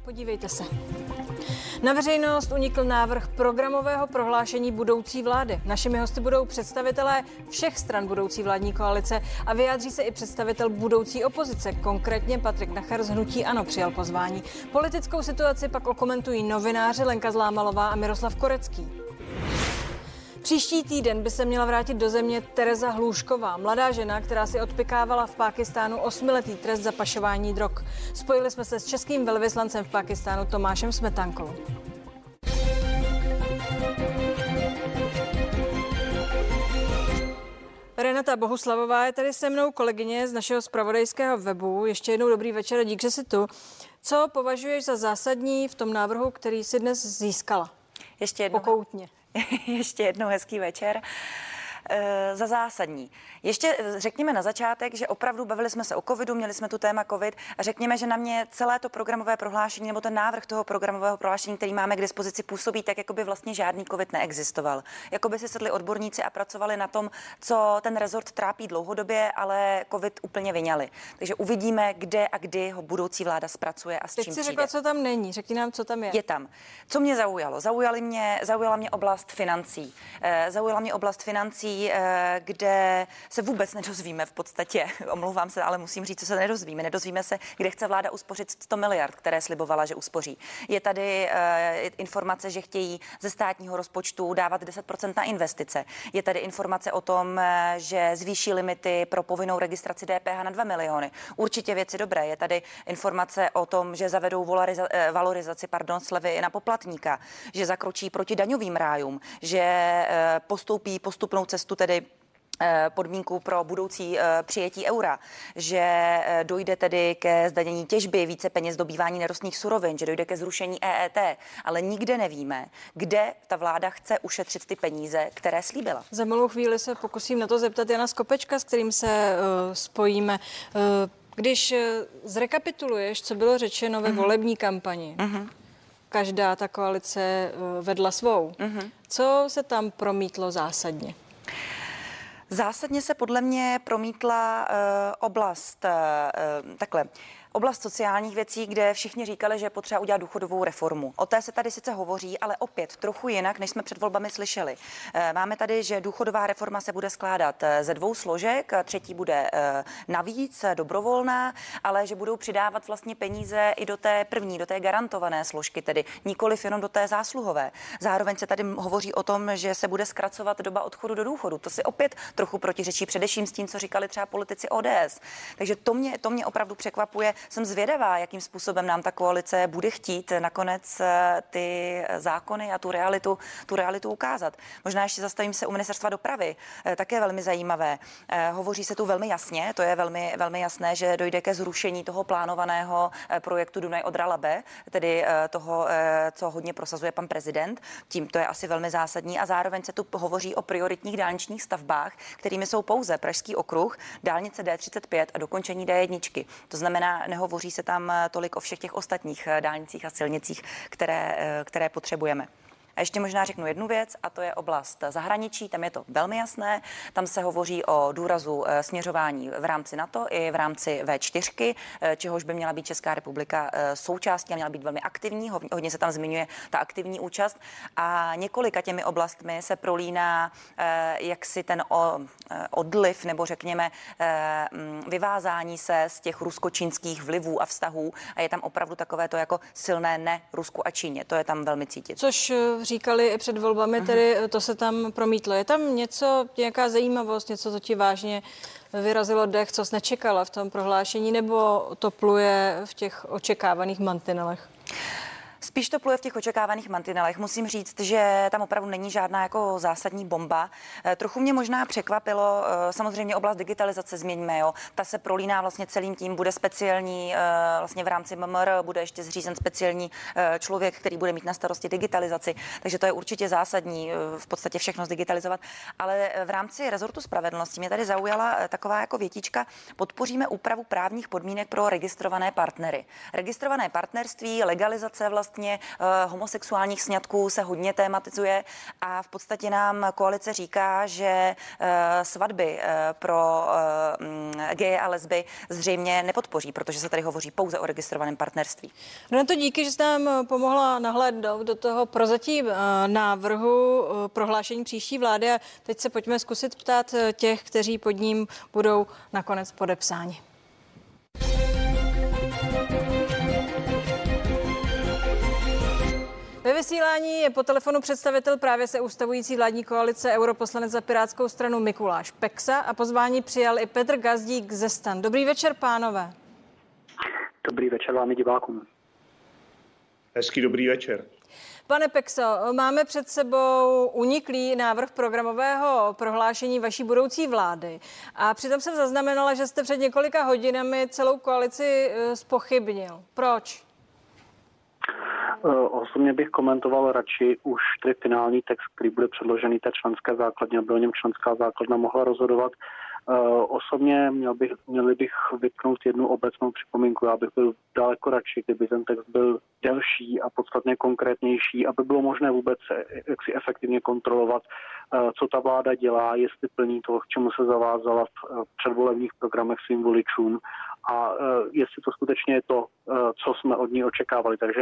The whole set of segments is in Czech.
Podívejte se. Na veřejnost unikl návrh programového prohlášení budoucí vlády. Našimi hosty budou představitelé všech stran budoucí vládní koalice a vyjádří se i představitel budoucí opozice. Konkrétně Patrik Nacher z hnutí ANO přijal pozvání. Politickou situaci pak okomentují novináři Lenka Zlámalová a Miroslav Korecký. Příští týden by se měla vrátit do země Tereza Hlušková, mladá žena, která si odpikávala v Pákistánu 8letý trest za pašování drog. Spojili jsme se s českým velvyslancem v Pákistánu Tomášem Smetánkou. Renata Bohuslavová je tady se mnou, kolegyně z našeho zpravodajského webu. Ještě jednou dobrý večer a dík, že jsi tu. Co považuješ za zásadní v tom návrhu, který jsi dnes získala? Pokoutně. Ještě jednou hezký večer. Za zásadní. Ještě řekněme na začátek, že opravdu bavili jsme se o covidu, měli jsme tu téma covid a řekněme, že na mě celé to programové prohlášení nebo ten návrh toho programového prohlášení, který máme k dispozici, působí tak, jako by vlastně žádný covid neexistoval. Jako by si sedli odborníci a pracovali na tom, co ten rezort trápí dlouhodobě, ale covid úplně vyňali. Takže uvidíme, kde a kdy ho budoucí vláda zpracuje a s čím přijde. Teď si řekla, co tam není. Řekni nám, co tam je. Je tam. Co mě zaujalo? Zaujala mě oblast financí. Zaujala mě oblast financí, kde se vůbec nedozvíme v podstatě. Omlouvám se, ale musím říct, co se nedozvíme. Nedozvíme se, kde chce vláda uspořit 100 miliard, které slibovala, že uspoří. Je tady informace, že chtějí ze státního rozpočtu dávat 10% na investice. Je tady informace o tom, že zvýší limity pro povinnou registraci DPH na 2 miliony. Určitě věci dobré. Je tady informace o tom, že zavedou valorizaci slevy na poplatníka, že zakročí proti daňovým rájům, že postoupí postupnou cestu, tedy podmínku pro budoucí přijetí eura, že dojde tedy ke zdanění těžby, více peněz dobývání nerostných surovin, že dojde ke zrušení EET, ale nikde nevíme, kde ta vláda chce ušetřit ty peníze, které slíbila. Za malou chvíli se pokusím na to zeptat Jana Skopečka, s kterým se spojíme. Když zrekapituluješ, co bylo řečeno ve volební kampani, každá ta koalice vedla svou. Co se tam promítlo zásadně? Zásadně se podle mě promítla oblast sociálních věcí, kde všichni říkali, že je potřeba udělat důchodovou reformu. O té se tady sice hovoří, ale opět trochu jinak, než jsme před volbami slyšeli. Máme tady, že důchodová reforma se bude skládat ze 2 složek, třetí bude navíc dobrovolná, ale že budou přidávat vlastně peníze i do té první, do té garantované složky, tedy nikoliv jenom do té zásluhové. Zároveň se tady hovoří o tom, že se bude zkracovat doba odchodu do důchodu. To si opět trochu protiřečí především s tím, co říkali třeba politici ODS. Takže to mě opravdu překvapuje. Jsem zvědavá, jakým způsobem nám ta koalice bude chtít nakonec ty zákony a tu realitu ukázat. Možná ještě zastavím se u ministerstva dopravy. Také velmi zajímavé. Hovoří se tu velmi jasně, to je velmi, velmi jasné, že dojde ke zrušení toho plánovaného projektu Dunaj-Odra-Labe, tedy toho, co hodně prosazuje pan prezident. Tím to je asi velmi zásadní a zároveň se tu hovoří o prioritních dálničních stavbách, kterými jsou pouze Pražský okruh, dálnice D35 a dokončení D1. To znamená, nehovoří se tam tolik o všech těch ostatních dálnicích a silnicích, které potřebujeme. A ještě možná řeknu jednu věc, a to je oblast zahraničí, tam je to velmi jasné, tam se hovoří o důrazu směřování v rámci NATO i v rámci V4, čehož by měla být Česká republika součástí a měla být velmi aktivní, hodně se tam zmiňuje ta aktivní účast a několika těmi oblastmi se prolíná jaksi ten odliv nebo řekněme vyvázání se z těch rusko-čínských vlivů a vztahů a je tam opravdu takové to jako silné ne Rusku a Číně, to je tam velmi cítit. Což říkali i před volbami, tedy to se tam promítlo. Je tam nějaká zajímavost, něco, co ti vážně vyrazilo dech, co jsi nečekala v tom prohlášení, nebo to pluje v těch očekávaných mantinelech? Spíš to pluje v těch očekávaných mantinelech. Musím říct, že tam opravdu není žádná jako zásadní bomba. Trochu mě možná překvapilo, samozřejmě oblast digitalizace změníme, jo. Ta se prolíná vlastně celým tím, bude speciální vlastně v rámci MMR, bude ještě zřízen speciální člověk, který bude mít na starosti digitalizaci. Takže to je určitě zásadní v podstatě všechno zdigitalizovat. Ale v rámci rezortu spravedlnosti mě tady zaujala taková jako větička, podpoříme úpravu právních podmínek pro registrované partnery. Registrované partnerství, legalizace vlastně vlastně homosexuálních sňatků se hodně tématizuje a v podstatě nám koalice říká, že svatby pro geje a lesby zřejmě nepodpoří, protože se tady hovoří pouze o registrovaném partnerství. No to díky, že jste nám pomohla nahlédnout do toho prozatím návrhu prohlášení příští vlády a teď se pojďme zkusit ptát těch, kteří pod ním budou nakonec podepsáni. Ve vysílání je po telefonu představitel právě se ustavující vládní koalice europoslanec za Pirátskou stranu Mikuláš Peksa a pozvání přijal i Petr Gazdík ze STAN. Dobrý večer, pánové. Dobrý večer vám i divákům. Hezký dobrý večer. Pane Pekso, máme před sebou uniklý návrh programového prohlášení vaší budoucí vlády a přitom jsem zaznamenala, že jste před několika hodinami celou koalici zpochybnil. Proč? Osobně bych komentoval radši už ten finální text, který bude předložený té členské základně, aby o něm členská základna mohla rozhodovat. Osobně měli bych vytknout jednu obecnou připomínku. Já bych byl daleko radši, kdyby ten text byl delší a podstatně konkrétnější, aby bylo možné vůbec jaksi efektivně kontrolovat, co ta vláda dělá, jestli plní to, k čemu se zavázala v předvolebních programech svým voličům a jestli to skutečně je to, co jsme od ní očekávali. Takže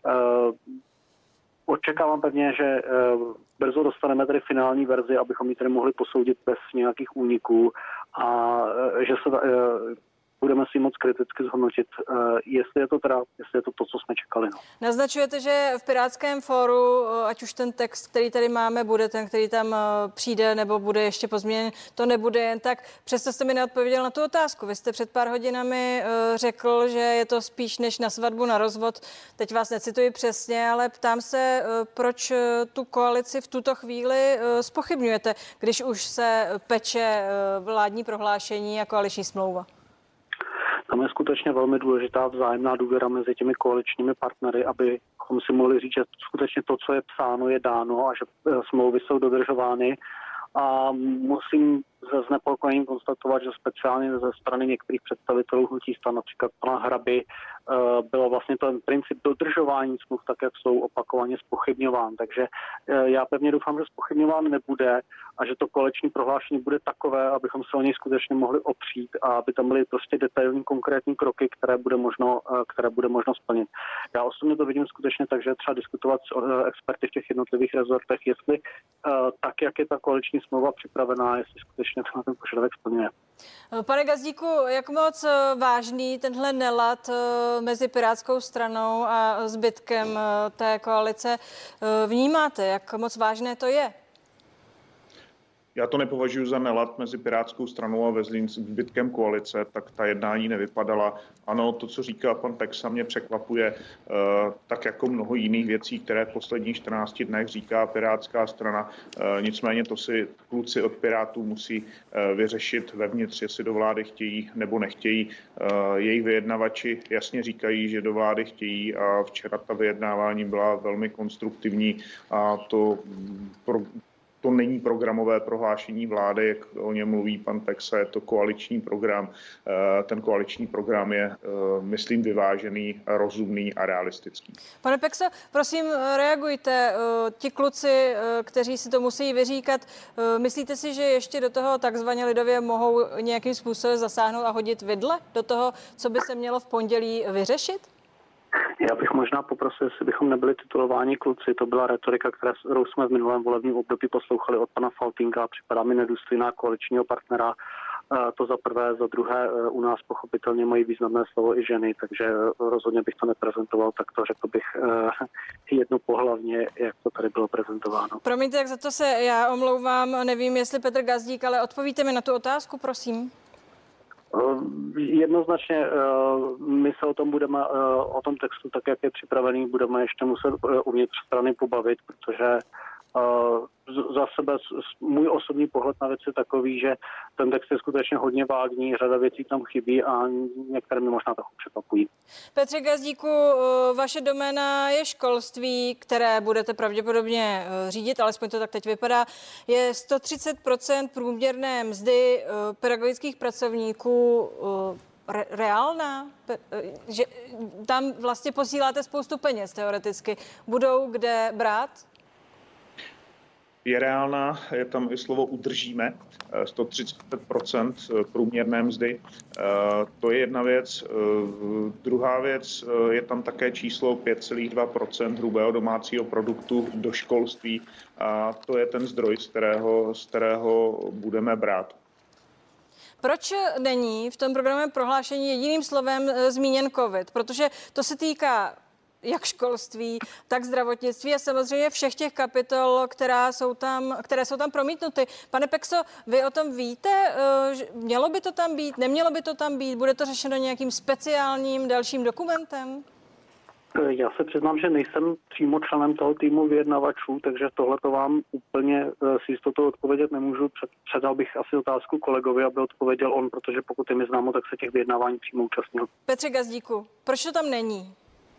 očekávám pevně, že brzo dostaneme tady finální verzi, abychom ji tady mohli posoudit bez nějakých úniků a že se budeme si moc kriticky zhodnotit, jestli je to to, co jsme čekali. No. Naznačujete, že v Pirátském fóru, ať už ten text, který tady máme, bude ten, který tam přijde nebo bude ještě pozměněn, to nebude jen tak. Přesto jste mi neodpověděl na tu otázku. Vy jste před pár hodinami řekl, že je to spíš než na svatbu, na rozvod. Teď vás necituji přesně, ale ptám se, proč tu koalici v tuto chvíli zpochybňujete, když už se peče vládní prohlášení a koaliční smlouva. Tam je skutečně velmi důležitá vzájemná důvěra mezi těmi koaličními partnery, abychom si mohli říct, že skutečně to, co je psáno, je dáno a že smlouvy jsou dodržovány. A musím se znepokojením konstatovat, že speciálně ze strany některých představitelů hnutí STAN, například pana Hraby, byl vlastně ten princip dodržování smluv tak, jak jsou opakovaně zpochybňován. Takže já pevně doufám, že zpochybňován nebude a že to koaliční prohlášení bude takové, abychom se o něj skutečně mohli opřít a aby tam byly prostě detailní konkrétní kroky, které bude možno splnit. Já osobně to vidím skutečně tak, že třeba diskutovat s experty v těch jednotlivých rezortech, jestli tak, jak je ta koaliční smlouva připravená, jestli skutečně ten požadavek splňuje. Pane Gazdíku, jak moc vážný tenhle nelad mezi Pirátskou stranou a zbytkem té koalice vnímáte? Jak moc vážné to je? Já to nepovažuji za nelad mezi Pirátskou stranou a zbytkem koalice, tak ta jednání nevypadala. Ano, to, co říká pan Peksa, mě překvapuje, tak jako mnoho jiných věcí, které v posledních 14 dnech říká Pirátská strana. Nicméně to si kluci od Pirátů musí vyřešit vevnitř, jestli do vlády chtějí nebo nechtějí. Jejich vyjednavači jasně říkají, že do vlády chtějí a včera ta vyjednávání byla velmi konstruktivní a to není programové prohlášení vlády, jak o něm mluví pan Peksa, je to koaliční program. Ten koaliční program je, myslím, vyvážený, rozumný a realistický. Pane Pekso, prosím, reagujte. Ti kluci, kteří si to musí vyříkat, myslíte si, že ještě do toho takzvaně lidově mohou nějakým způsobem zasáhnout a hodit vidle do toho, co by se mělo v pondělí vyřešit? Já bych možná poprosil, jestli bychom nebyli titulováni kluci. To byla retorika, kterou jsme v minulém volebním období poslouchali od pana Faltýnka. Připadá mi nedůstojná koaličního partnera. To za prvé, za druhé u nás pochopitelně mají významné slovo i ženy, takže rozhodně bych to neprezentoval takto, řekl bych jednopohlavně, jak to tady bylo prezentováno. Promiňte, jak za to se já omlouvám, nevím, jestli Petr Gazdík, ale odpovíte mi na tu otázku, prosím. Jednoznačně my se o tom textu, tak jak je připravený, budeme ještě muset uvnitř strany pobavit, protože za sebe můj osobní pohled na věc je takový, že ten text je skutečně hodně vágní, řada věcí tam chybí a některé mi možná trochu překvapují. Petře Gazdíku, vaše doména je školství, které budete pravděpodobně řídit, alespoň to tak teď vypadá. Je 130% průměrné mzdy pedagogických pracovníků reálná? Že tam vlastně posíláte spoustu peněz teoreticky. Budou kde brát? Je reálná, je tam i slovo udržíme, 130% průměrné mzdy. To je jedna věc. Druhá věc, je tam také číslo 5,2% hrubého domácího produktu do školství a to je ten zdroj, z kterého budeme brát. Proč není v tom programovém prohlášení jediným slovem zmíněn COVID? Protože to se týká jak školství, tak zdravotnictví a samozřejmě všech těch kapitol, které jsou tam promítnuty. Pane Pekso, vy o tom víte? Mělo by to tam být? Nemělo by to tam být? Bude to řešeno nějakým speciálním dalším dokumentem? Já se přiznám, že nejsem přímo členem toho týmu vyjednavačů, takže tohleto vám úplně s jistotou odpovědět nemůžu. Předal bych asi otázku kolegovi, aby odpověděl on, protože pokud je mi známo, tak se těch vyjednávání přímo účastnil. Petře Gazdíku, proč to tam není?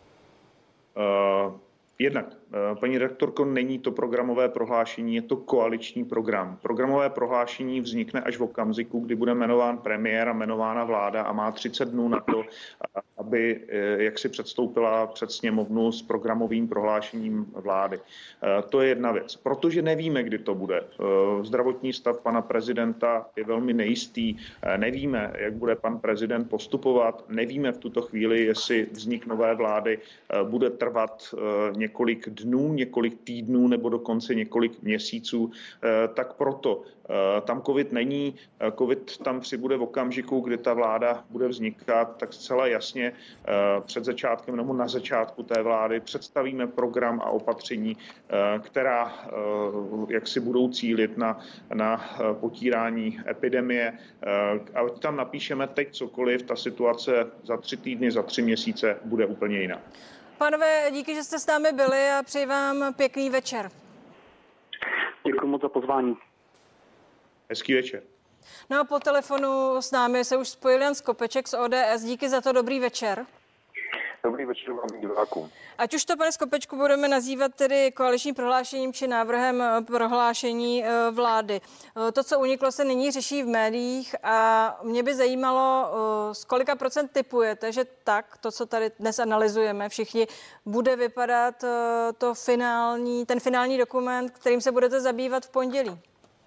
Jednak, paní redaktorko, není to programové prohlášení, je to koaliční program. Programové prohlášení vznikne až v okamžiku, kdy bude jmenován premiér a jmenována vláda a má 30 dnů na to, aby jaksi předstoupila před sněmovnu s programovým prohlášením vlády. To je jedna věc. Protože nevíme, kdy to bude. Zdravotní stav pana prezidenta je velmi nejistý. Nevíme, jak bude pan prezident postupovat. Nevíme v tuto chvíli, jestli vznik nové vlády bude trvat několik dnů, několik týdnů nebo dokonce několik měsíců, tak proto tam covid není, covid tam přibude v okamžiku, kdy ta vláda bude vznikat, tak zcela jasně před začátkem nebo na začátku té vlády představíme program a opatření, která jaksi budou cílit na potírání epidemie. A tam napíšeme teď cokoliv, ta situace za 3 týdny, za 3 měsíce bude úplně jiná. Pánové, díky, že jste s námi byli a přeji vám pěkný večer. Děkuji moc za pozvání. Hezký večer. No a po telefonu s námi se už spojil Jan Skopeček z ODS. Díky za to, dobrý večer. Dobrý večer vám divákům. Ať už to, pane Skopečku, budeme nazývat tedy koaličním prohlášením či návrhem prohlášení vlády. To, co uniklo, se nyní řeší v médiích a mě by zajímalo, z kolika procent tipujete, že tak, to, co tady dnes analyzujeme všichni, bude vypadat ten finální dokument, kterým se budete zabývat v pondělí.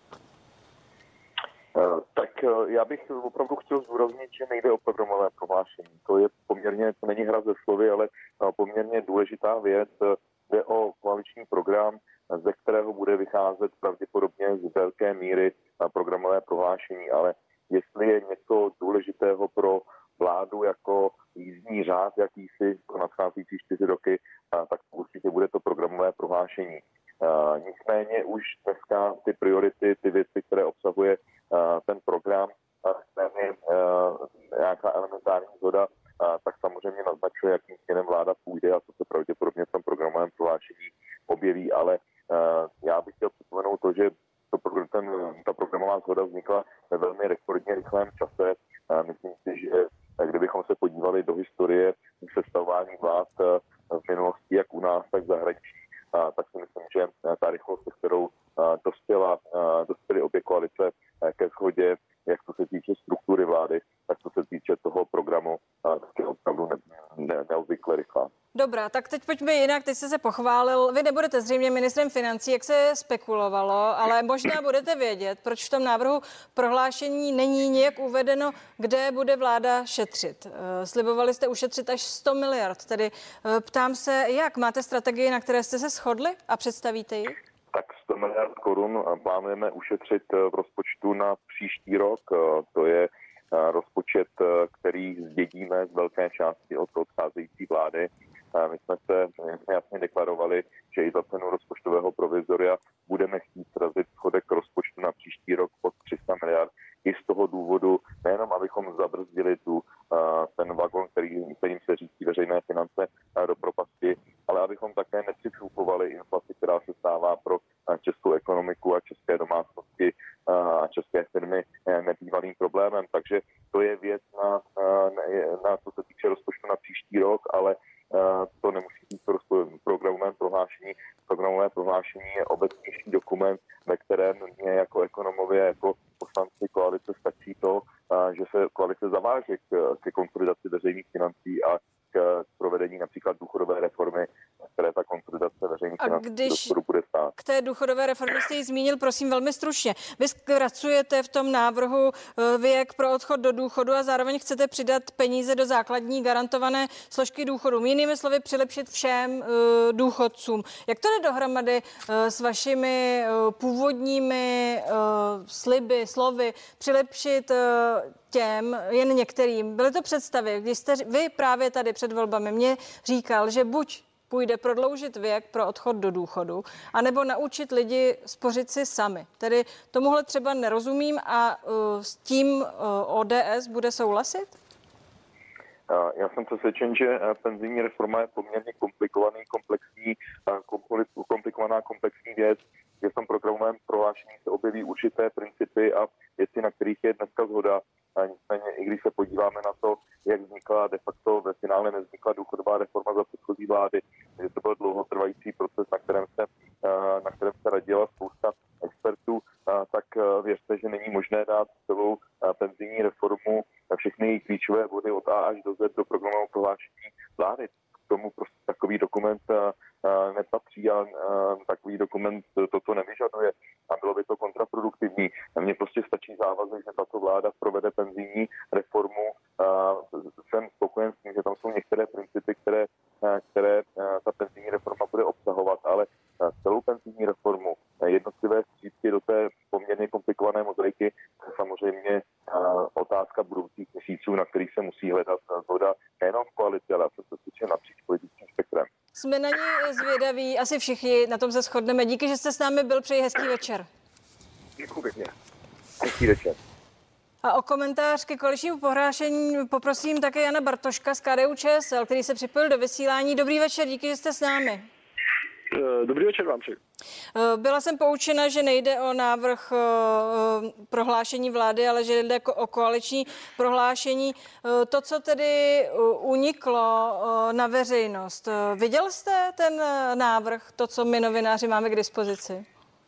Tak já bych opravdu chtěl zdůraznit, že nejde o programové prohlášení. To není hra ze slovy, ale poměrně důležitá věc. Jde o koaliční program, ze kterého bude vycházet pravděpodobně z velké míry programové prohlášení. Ale jestli je něco důležitého pro vládu jako jízdní řád, jakýsi pro nadcházející 4 roky, tak určitě bude to programové prohlášení. Nicméně už dneska ty priority, ty věci, které obsahuje ten program, je nějaká elementární shoda, tak samozřejmě naznačuje, jakým směrem vláda půjde a co se pravděpodobně v tom programovém prohlášení objeví. Ale já bych chtěl připomenout to, že ta programová shoda vznikla ve velmi rekordně rychlém čase. Myslím si, že kdybychom se podívali do historie sestavování vlád v minulosti, jak u nás, tak v zahraničí, tak si myslím, že ta rychlost, se kterou dospěly obě koalice ke shodě, jak co se týče struktury vlády, tak co se týče toho programu, tak je opravdu neobvykle rychlá. Dobrá, tak teď pojďme jinak, teď jste se pochválil. Vy nebudete zřejmě ministrem financí, jak se spekulovalo, ale možná budete vědět, proč v tom návrhu prohlášení není nějak uvedeno, kde bude vláda šetřit. Slibovali jste ušetřit až 100 miliard, tedy ptám se, jak máte strategii, na které jste se shodli a představíte ji? Tak 100 miliard korun plánujeme ušetřit v rozpočtu na příští rok. To je rozpočet, který zdědíme z velké části od odcházející vlády. My jsme se jasně deklarovali, že i za cenu rozpočtového provizoria budeme chtít srazit schodek rozpočtu na příští rok pod 300 miliard. I z toho důvodu, nejenom abychom zabrzdili ten vagon, kterým se řídí veřejné finance do propasti, ale abychom také nepřifukovali inflaci, která se stává pro českou ekonomiku a české domácnosti a české firmy nebývalým problémem. Takže to je věc, na co se týče rozpočtu na příští rok, ale to nemusí být programové prohlášení. Programové prohlášení je obecnější dokument, ve kterém mě jako ekonomovi, jako poslanci koalice stačí to, že se koalice zaváže ke konsolidaci veřejných financí a k provedení například důchodové reformy, které ta konsolidace veřejných financí bude stát. K té důchodové reformě jste ji zmínil, prosím, velmi stručně. Vy zkracujete v tom návrhu věk pro odchod do důchodu a zároveň chcete přidat peníze do základní garantované složky důchodu. Jinými slovy, přilepšit všem důchodcům. Jak to jde dohromady s vašimi původními slovy, přilepšit těm, jen některým? Byly to představy, když jste vy právě tady před volbami mě říkal, že buď půjde prodloužit věk pro odchod do důchodu, anebo naučit lidi spořit si sami. Tedy tomuhle třeba nerozumím a s tím ODS bude souhlasit? Já jsem přesvědčen, že penzijní reforma je poměrně komplikovaná komplexní věc, že v tom programovém prohlášení se objeví určité principy a věci, na kterých je dneska shoda. Nicméně, i když se podíváme na to, jak vznikla de facto ve finále nevznikla důchodová reforma za předchozí vlády, že to byl dlouhotrvající proces, na kterém se radila spousta expertů, tak věřte, že není možné dát celou penzijní reformu a všechny její klíčové body od A až do Z do programového prohlášení vlády. K tomu prostě takový dokument nepatří a takový dokument toto nevyžaduje a bylo by to kontraproduktivní. Mně prostě stačí závazek, že tato vláda provede penzijní reformu. Jsem spokojen s tím, že tam jsou některé principy, které ta penzijní reforma bude obsahovat, ale celou penzijní reformu, jednotlivé střípky do té poměrně komplikované mozaiky, je samozřejmě otázka budoucích měsíců, na kterých se musí hledat shoda nejenom v koalici, ale se napříč politickým spektrem. Jsme na ní zvědaví, asi všichni, na tom se shodneme. Díky, že jste s námi byl, přeji hezký večer. Děkuji pěkně. Hezký večer. A o komentář ke koaličnímu prohlášení poprosím také Jana Bartoška z KDU-ČSL, který se připojil do vysílání. Dobrý večer, díky, že jste s námi. Dobrý večer vám přeji. Byla jsem poučena, že nejde o návrh prohlášení vlády, ale že jde o koaliční prohlášení. To, co tedy uniklo na veřejnost, viděl jste ten návrh, to, co my novináři máme k dispozici?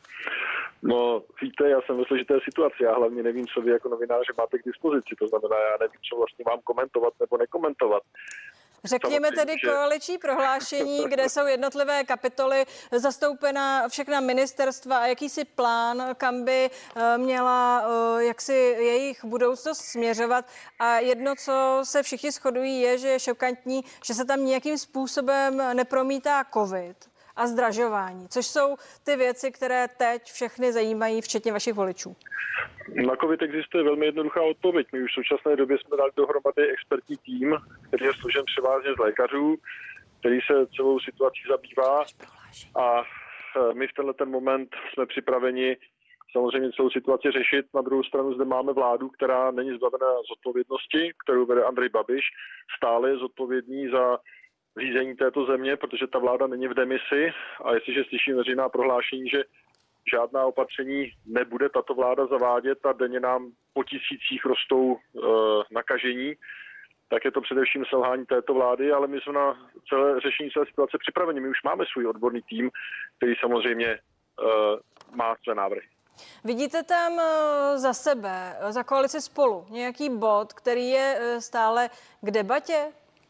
No, víte, já jsem ve složité situaci. Já hlavně nevím, co vy jako novináři máte k dispozici. To znamená, já nevím, co vlastně mám komentovat nebo nekomentovat. Řekněme tedy koaliční prohlášení, kde jsou jednotlivé kapitoly, zastoupena všechna ministerstva a jakýsi plán, kam by měla jaksi jejich budoucnost směřovat. A jedno, co se všichni shodují, je, že je šokantní, že se tam nějakým způsobem nepromítá covid a zdražování, což jsou ty věci, které teď všechny zajímají, včetně vašich voličů. Na COVID existuje velmi jednoduchá odpověď. My už v současné době jsme dali dohromady expertní tým, který je složen převážně z lékařů, který se celou situací zabývá a my v tenhle ten moment jsme připraveni samozřejmě celou situaci řešit. Na druhou stranu zde máme vládu, která není zbavená zodpovědnosti, kterou vede Andrej Babiš, stále je zodpovědný za řízení této země, protože ta vláda není v demisi a jestliže slyším veřejná prohlášení, že žádná opatření nebude tato vláda zavádět a denně nám po tisících rostou nakažení, tak je to především selhání této vlády, ale my jsme na celé řešení celé situace připraveni. My už máme svůj odborný tým, který samozřejmě má své návrhy. Vidíte tam za sebe, za koalici Spolu, nějaký bod, který je stále k debatě?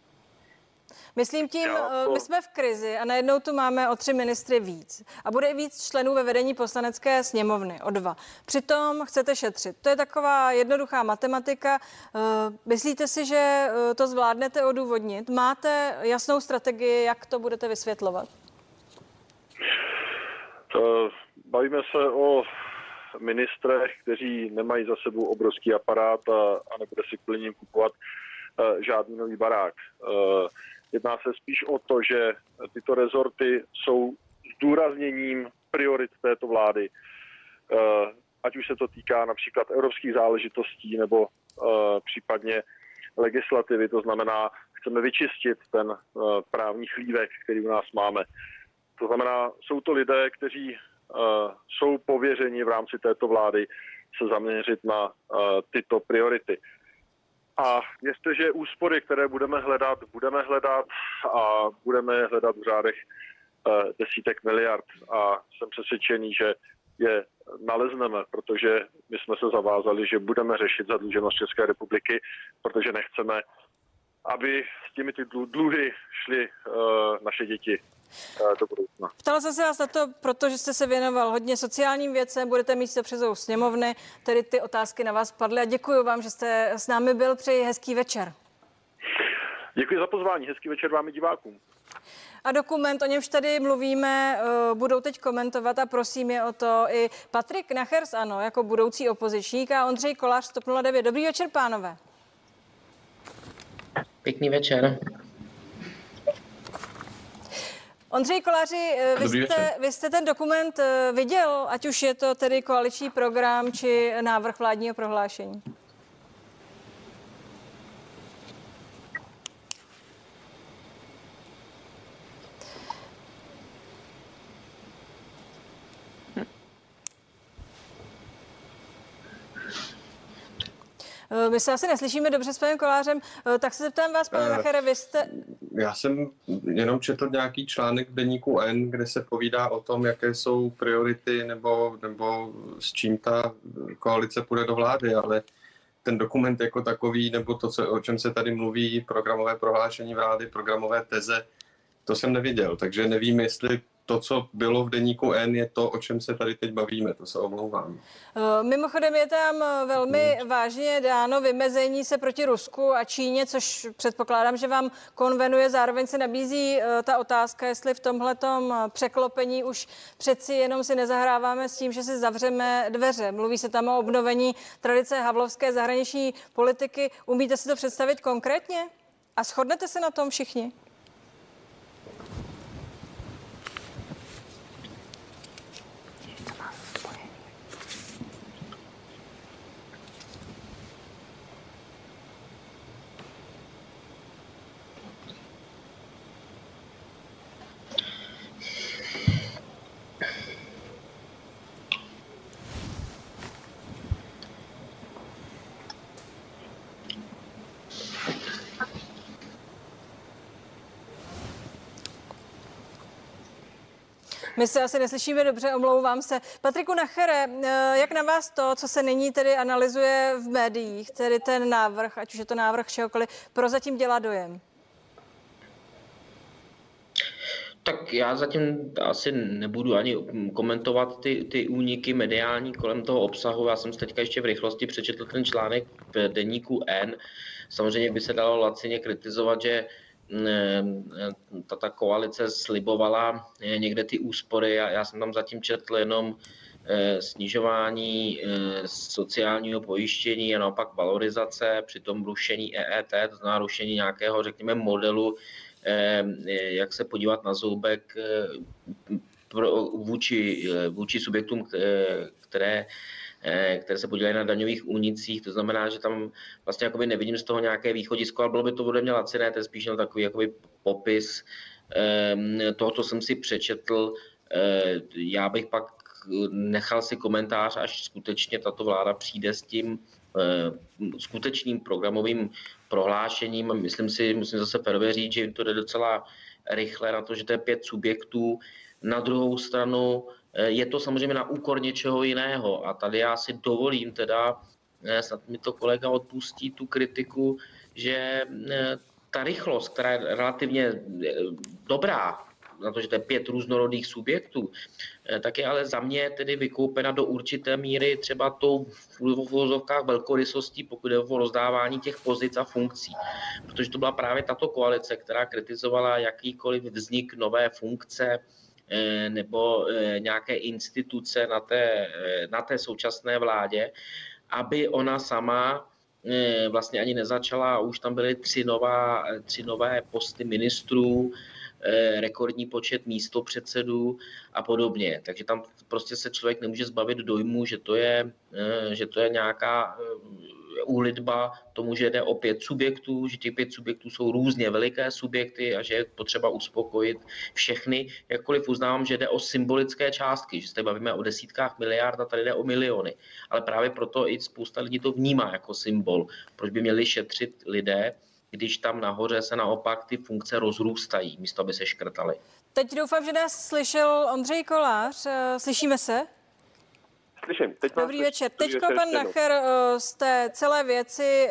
Myslím tím, my jsme v krizi a najednou tu máme o 3 ministry víc. A bude i víc členů ve vedení poslanecké sněmovny, o 2. Přitom chcete šetřit. To je taková jednoduchá matematika. Myslíte si, že to zvládnete odůvodnit? Máte jasnou strategii, jak to budete vysvětlovat? Bavíme se o ministrech, kteří nemají za sebou obrovský aparát a nebude si kvůli nim kupovat žádný nový barák. Jedná se spíš o to, že tyto rezorty jsou zdůrazněním priorit této vlády. Ať už se to týká například evropských záležitostí nebo případně legislativy, to znamená, chceme vyčistit ten právní chlívek, který u nás máme. To znamená, jsou to lidé, kteří jsou pověřeni v rámci této vlády se zaměřit na tyto priority. A jestliže úspory, které budeme hledat a budeme hledat v řádech desítek miliard a jsem přesvědčený, že je nalezneme, protože my jsme se zavázali, že budeme řešit zadluženost České republiky, protože nechceme, aby s těmi dluhy šly naše děti do budoucna. Ptala jsem se vás na to, protože jste se věnoval hodně sociálním věcem, budete místopředsedou sněmovny, tedy ty otázky na vás padly a děkuji vám, že jste s námi byl, přeji hezký večer. Děkuji za pozvání, hezký večer vám i divákům. A dokument, o němž tady mluvíme, budou teď komentovat a prosím je o to i Patrik Nacher z ANO jako budoucí opozičník a Ondřej Kolář z TOP 09. Dobrý večer, pánové. Pěkný večer. Ondřej Koláři, vy jste ten dokument viděl, ať už je to tedy koaliční program či návrh vládního prohlášení? My se asi neslyšíme dobře s panem Kolářem, tak se zeptám vás, pane Nachere, vy jste... Já jsem jenom četl nějaký článek v deníku N, kde se povídá o tom, jaké jsou priority nebo s čím ta koalice půjde do vlády, ale ten dokument jako takový, nebo to, o čem se tady mluví, programové prohlášení vlády, programové teze, to jsem neviděl, takže nevím, jestli to, co bylo v deníku N, je to, o čem se tady teď bavíme, to se omlouvám. Mimochodem je tam velmi vážně dáno vymezení se proti Rusku a Číně, což předpokládám, že vám konvenuje. Zároveň se nabízí ta otázka, jestli v tomhletom překlopení už přeci jenom si nezahráváme s tím, že si zavřeme dveře. Mluví se tam o obnovení tradice havlovské zahraniční politiky. Umíte si to představit konkrétně? A shodnete se na tom všichni? My se asi neslyšíme dobře, omlouvám se. Patriku Nachere, jak na vás to, co se nyní tedy analyzuje v médiích, tedy ten návrh, ať už je to návrh čehokoliv, prozatím dělá dojem? Tak já zatím asi nebudu ani komentovat ty úniky mediální kolem toho obsahu. Já jsem si teďka ještě v rychlosti přečetl ten článek v deníku N. Samozřejmě by se dalo lacině kritizovat, že ta koalice slibovala někde ty úspory. Já jsem tam zatím četl jenom snižování sociálního pojištění a naopak valorizace, přitom rušení EET, to znamená rušení nějakého, řekněme, modelu, jak se podívat na zoubek vůči subjektům, které se podílejí na daňových únicích. To znamená, že tam vlastně jakoby nevidím z toho nějaké východisko, ale bylo by to ode mě laciné, to je spíš takový jakoby popis toho, co jsem si přečetl. Já bych pak nechal si komentář, až skutečně tato vláda přijde s tím skutečným programovým prohlášením. Musím zase férově říct, že to jde docela rychle na to, že to je 5 subjektů. Na druhou stranu je to samozřejmě na úkor něčeho jiného a tady já si dovolím teda, snad mi to kolega odpustí tu kritiku, že ta rychlost, která je relativně dobrá, na to, že to je 5 různorodých subjektů, tak je ale za mě tedy vykoupena do určité míry třeba tou v uvozovkách velkorysostí, pokud je o rozdávání těch pozic a funkcí. Protože to byla právě tato koalice, která kritizovala jakýkoliv vznik nové funkce nebo nějaké instituce na té současné vládě, aby ona sama vlastně ani nezačala, už tam byly 3 nové posty ministrů, rekordní počet místopředsedů a podobně. Takže tam prostě se člověk nemůže zbavit dojmu, že to je nějaká úlitba tomu, že jde o 5 subjektů, že těch 5 subjektů jsou různě veliké subjekty a že je potřeba uspokojit všechny. Jakkoliv uznávám, že jde o symbolické částky, že se bavíme o desítkách miliard a tady jde o miliony. Ale právě proto i spousta lidí to vnímá jako symbol. Proč by měli šetřit lidé, když tam nahoře se naopak ty funkce rozrůstají, místo aby se škrtaly. Teď doufám, že nás slyšel Ondřej Kolář. Slyšíme se? Slyším. Dobrý večer. Teďko pan Nacher z té celé věci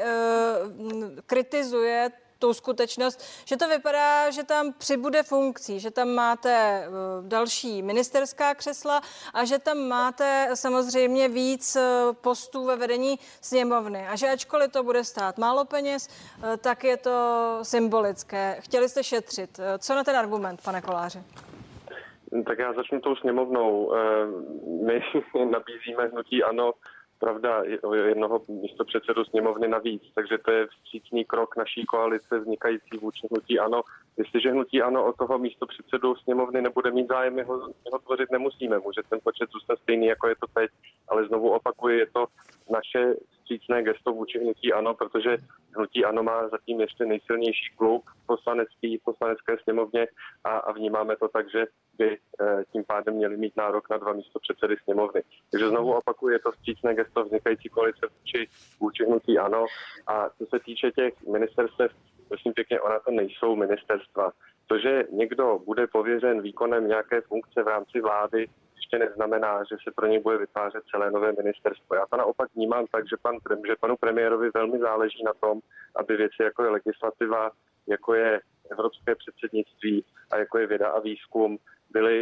kritizuje tu skutečnost, že to vypadá, že tam přibude funkcí, že tam máte další ministerská křesla a že tam máte samozřejmě víc postů ve vedení sněmovny. A že ačkoliv to bude stát málo peněz, tak je to symbolické. Chtěli jste šetřit. Co na ten argument, pane Koláři? Tak já začnu tou sněmovnou. My nabízíme hnutí ANO, pravda, jednoho místopředsedu sněmovny navíc, takže to je vstřícný krok naší koalice vznikající vůči hnutí ANO. Jestliže hnutí ANO od toho místopředsedu sněmovny nebude mít zájem, jeho tvořit nemusíme. Může ten počet zůstat stejný, jako je to teď, ale znovu opakuji, je to naše vstřícné gesto vůči hnutí ANO, protože hnutí ANO má zatím ještě nejsilnější klub v poslanecké sněmovně a vnímáme to tak, že by tím pádem měli mít nárok na 2 místopředsedy sněmovny. Takže znovu opakuju, je to vstřícné gesto vznikající koalice vůči hnutí ANO. A co se týče těch ministerstev, prosím pěkně, ona to nejsou ministerstva. To, že někdo bude pověřen výkonem nějaké funkce v rámci vlády, ještě neznamená, že se pro něj bude vytvářet celé nové ministerstvo. Já to naopak vnímám tak, že panu premiérovi velmi záleží na tom, aby věci jako je legislativa, jako je evropské předsednictví a jako je věda a výzkum byly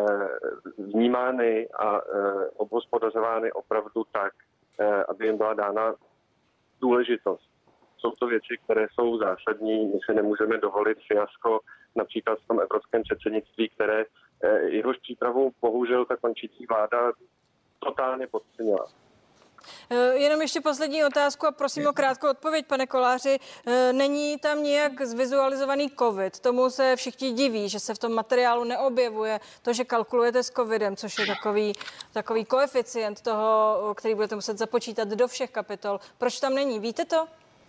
vnímány a obhospodařovány opravdu tak, aby jim byla dána důležitost. Jsou to věci, které jsou zásadní. My si nemůžeme dovolit fiasko například v tom evropském předsednictví, které jehož přípravu bohužel ta končící vláda totálně podcenila. Jenom ještě poslední otázku a prosím o krátkou odpověď, pane Koláři. Není tam nějak zvizualizovaný covid? Tomu se všichni diví, že se v tom materiálu neobjevuje to, že kalkulujete s covidem, což je takový koeficient toho, který budete muset započítat do všech kapitol. Proč tam není? Víte to?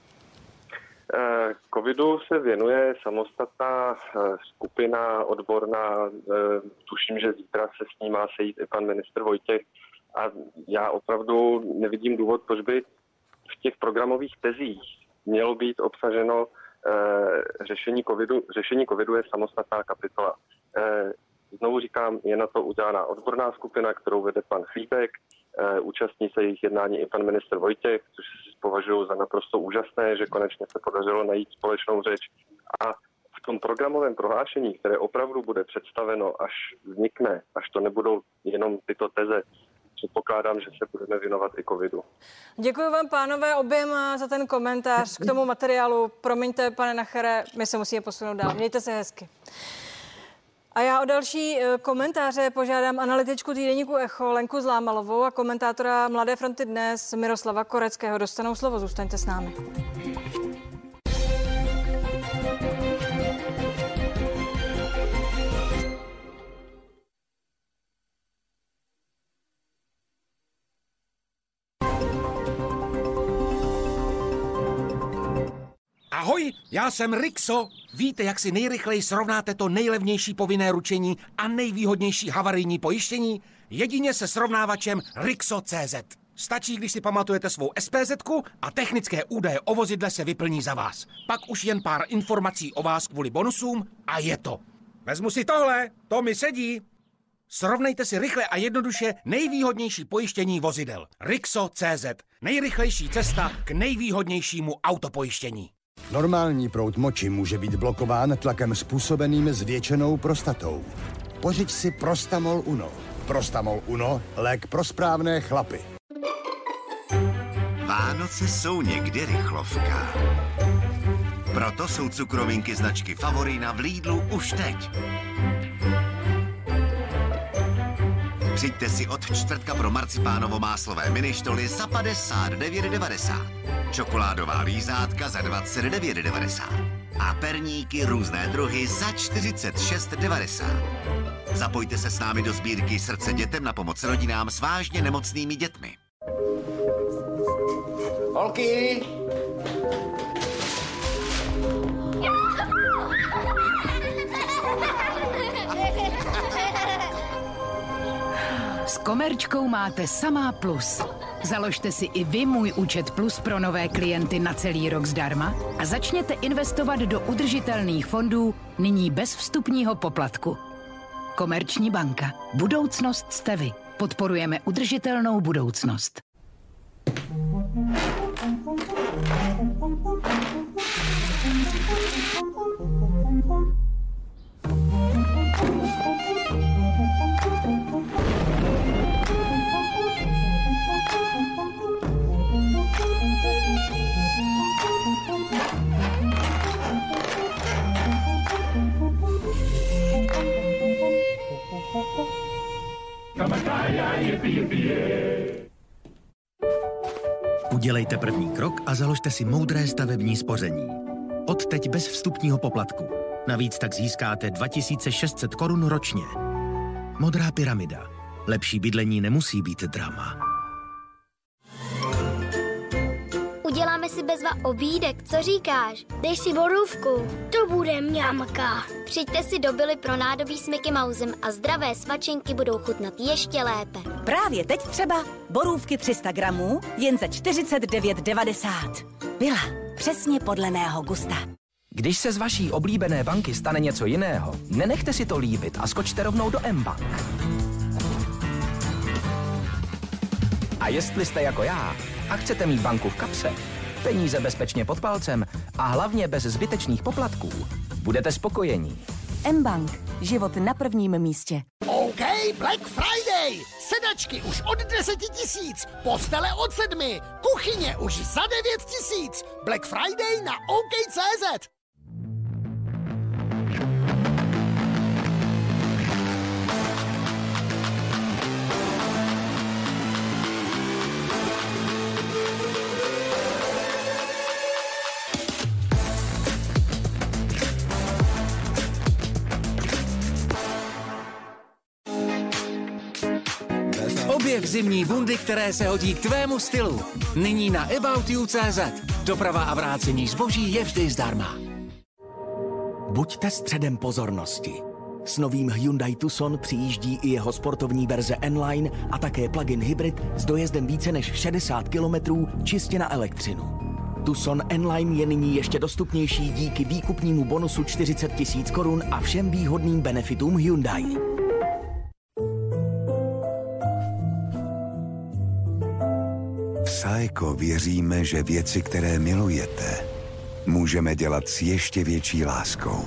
Covidu se věnuje samostatná skupina odborná. Tuším, že zítra se s ní má sejít i pan ministr Vojtěch. A já opravdu nevidím důvod, proč by v těch programových tezích mělo být obsaženo řešení covidu. Řešení covidu je samostatná kapitola. Znovu říkám, je na to udělaná odborná skupina, kterou vede pan Chlíbek. Účastní se jejich jednání i pan ministr Vojtěch, což považuji za naprosto úžasné, že konečně se podařilo najít společnou řeč. A v tom programovém prohlášení, které opravdu bude představeno, až vznikne, až to nebudou jenom tyto teze, předpokládám, že se budeme věnovat i covidu. Děkuji vám, pánové, oběma za ten komentář k tomu materiálu. Promiňte, pane Nachere, my se musíme posunout dál. Mějte se hezky. A já o další komentáře požádám analytičku týdeníku Echo Lenku Zlámalovou a komentátora Mladé fronty Dnes Miroslava Koreckého. Dostanou slovo, zůstaňte s námi. Ahoj, já jsem Rixo. Víte, jak si nejrychleji srovnáte to nejlevnější povinné ručení a nejvýhodnější havarijní pojištění? Jedině se srovnávačem Rixo.cz. Stačí, když si pamatujete svou SPZ-ku a technické údaje o vozidle se vyplní za vás. Pak už jen pár informací o vás kvůli bonusům a je to. Vezmu si tohle, to mi sedí. Srovnejte si rychle a jednoduše nejvýhodnější pojištění vozidel. Rixo.cz. Nejrychlejší cesta k nejvýhodnějšímu autopojištění. Normální proud moči může být blokován tlakem způsobeným zvětšenou prostatou. Pořiď si Prostamol Uno. Prostamol Uno, lék pro správné chlapy. Vánoce jsou někdy rychlovka. Proto jsou cukrovinky značky Favorina v Lidlu už teď. Přijďte si od čtvrtka pro marcipánovo-máslové ministoly za 59,90. Čokoládová lízátka za 29,90. A perníky různé druhy za 46,90. Zapojte se s námi do sbírky Srdce dětem na pomoc rodinám s vážně nemocnými dětmi. Holky! S Komerčkou máte Samá Plus. Založte si i vy můj účet Plus pro nové klienty na celý rok zdarma a začněte investovat do udržitelných fondů nyní bez vstupního poplatku. Komerční banka. Budoucnost jste vy. Podporujeme udržitelnou budoucnost. Udělejte první krok a založte si moudré stavební spoření. Odteď bez vstupního poplatku. Navíc tak získáte 2600 korun ročně. Modrá pyramida. Lepší bydlení nemusí být drama. Uděláme si bezva obídek, co říkáš? Dej si borůvku, to bude mňamka. Přijďte si do Billy pro nádobí s Mickey Mousem a zdravé svačinky budou chutnat ještě lépe. Právě teď třeba borůvky 300 gramů jen za 49,90. Byla přesně podle mého gusta. Když se z vaší oblíbené banky stane něco jiného, nenechte si to líbit a skočte rovnou do mBank. A jestli jste jako já a chcete mít banku v kapse, peníze bezpečně pod palcem a hlavně bez zbytečných poplatků, budete spokojení. mBank. Život na prvním místě. OK, Black Friday! Sedačky už od 10 000, postele od 7, kuchyně už za 9 000. Black Friday na OK.cz. Objev zimní bundy, které se hodí k tvému stylu. Nyní na aboutyou.cz. Doprava a vrácení zboží je vždy zdarma. Buďte středem pozornosti. S novým Hyundai Tucson přijíždí i jeho sportovní verze N-Line a také plug-in hybrid s dojezdem více než 60 km čistě na elektřinu. Tucson N-Line je nyní ještě dostupnější díky výkupnímu bonusu 40 000 korun a všem výhodným benefitům Hyundai. V Saeco věříme, že věci, které milujete, můžeme dělat s ještě větší láskou.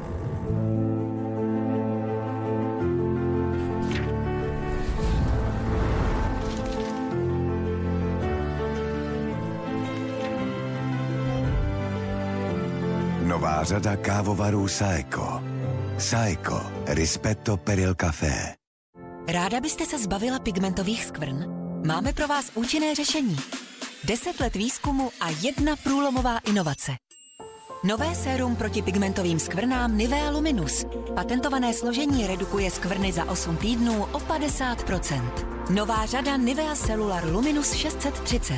Nová řada kávovarů Saeco. Saeco. Rispetto per il café. Ráda byste se zbavila pigmentových skvrn? Máme pro vás účinné řešení. 10 let výzkumu a 1 průlomová inovace. Nové sérum proti pigmentovým skvrnám Nivea Luminous. Patentované složení redukuje skvrny za 8 týdnů o 50%. Nová řada Nivea Cellular Luminous 630.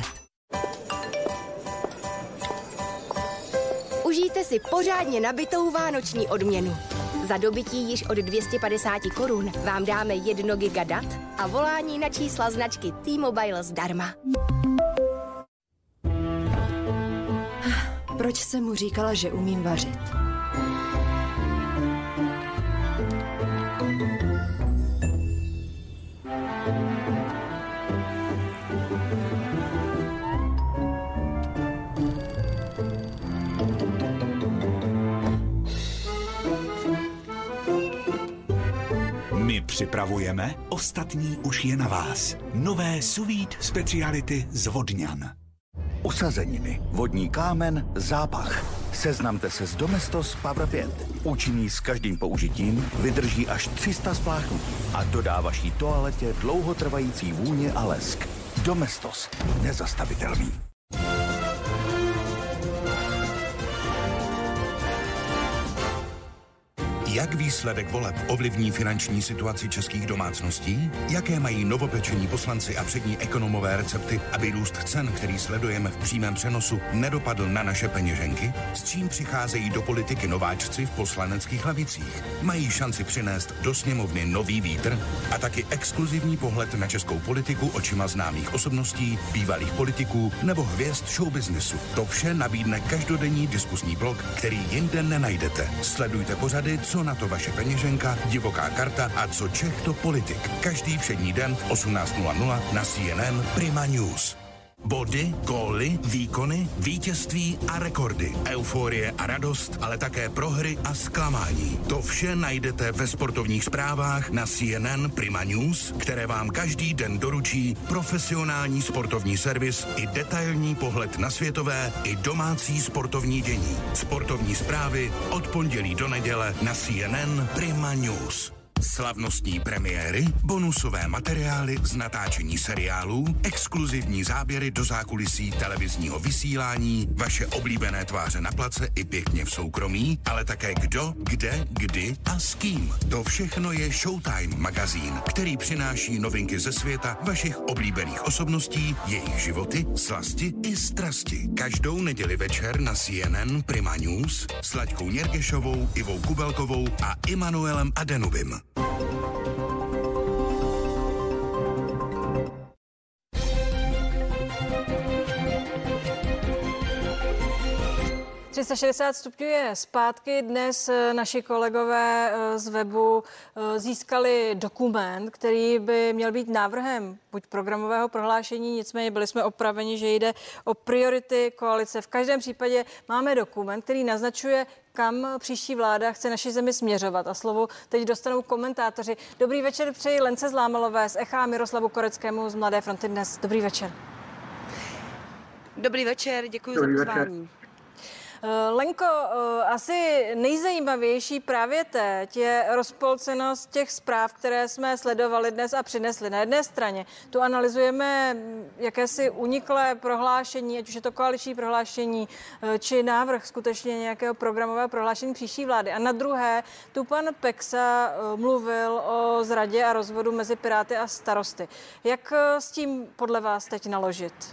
Užijte si pořádně nabitou vánoční odměnu. Za dobytí již od 250 korun vám dáme 1 giga dat a volání na čísla značky T-Mobile zdarma. Proč jsem mu říkala, že umím vařit? My připravujeme, ostatní už je na vás. Nové sous vide speciality z Vodňan. Usazeniny, vodní kámen, zápach. Seznamte se s Domestos Power 5. Účinný s každým použitím, vydrží až 300 spláchnutí a dodá vaší toaletě dlouhotrvající vůně a lesk. Domestos. Nezastavitelný. Jak výsledek voleb ovlivní finanční situaci českých domácností? Jaké mají novopečení poslanci a přední ekonomové recepty, aby růst cen, který sledujeme v přímém přenosu, nedopadl na naše peněženky? S čím přicházejí do politiky nováčci v poslaneckých lavicích? Mají šanci přinést do sněmovny nový vítr? A taky exkluzivní pohled na českou politiku očima známých osobností, bývalých politiků nebo hvězd showbiznesu. To vše nabídne každodenní diskusní blog, který jinde nenajdete. Sledujte pořady Co na to vaše peněženka, divoká karta a co Čech to politik. Každý všední den 18:00 na CNN Prima News. Body, góly, výkony, vítězství a rekordy, euforie a radost, ale také prohry a zklamání. To vše najdete ve sportovních zprávách na CNN Prima News, které vám každý den doručí profesionální sportovní servis i detailní pohled na světové i domácí sportovní dění. Sportovní zprávy od pondělí do neděle na CNN Prima News. Slavnostní premiéry, bonusové materiály z natáčení seriálů, exkluzivní záběry do zákulisí televizního vysílání, vaše oblíbené tváře na place i pěkně v soukromí, ale také kdo, kde, kdy a s kým. To všechno je Showtime magazín, který přináší novinky ze světa vašich oblíbených osobností, jejich životy, slasti i strasti. Každou neděli večer na CNN Prima News s Laďkou Něrgešovou, Ivou Kubelkovou a Immanuelem Adenubim. 360 stupňů je zpátky. Dnes naši kolegové z webu získali dokument, který by měl být návrhem buď programového prohlášení, nicméně byli jsme opraveni, že jde o priority koalice. V každém případě máme dokument, který naznačuje, kam příští vláda chce naši zemi směřovat. A slovo teď dostanou komentátoři. Dobrý večer přeji Lence Zlámalové z Echa a Miroslavu Koreckému z Mladé fronty Dnes. Dobrý večer. Dobrý večer, děkuji za pozvání. Lenko, asi nejzajímavější právě teď je rozpolcenost těch zpráv, které jsme sledovali dnes a přinesli. Na jedné straně tu analyzujeme jakési uniklé prohlášení, ať už je to koaliční prohlášení, či návrh skutečně nějakého programového prohlášení příští vlády. A na druhé tu pan Peksa mluvil o zradě a rozvodu mezi Piráty a Starosty. Jak s tím podle vás teď naložit?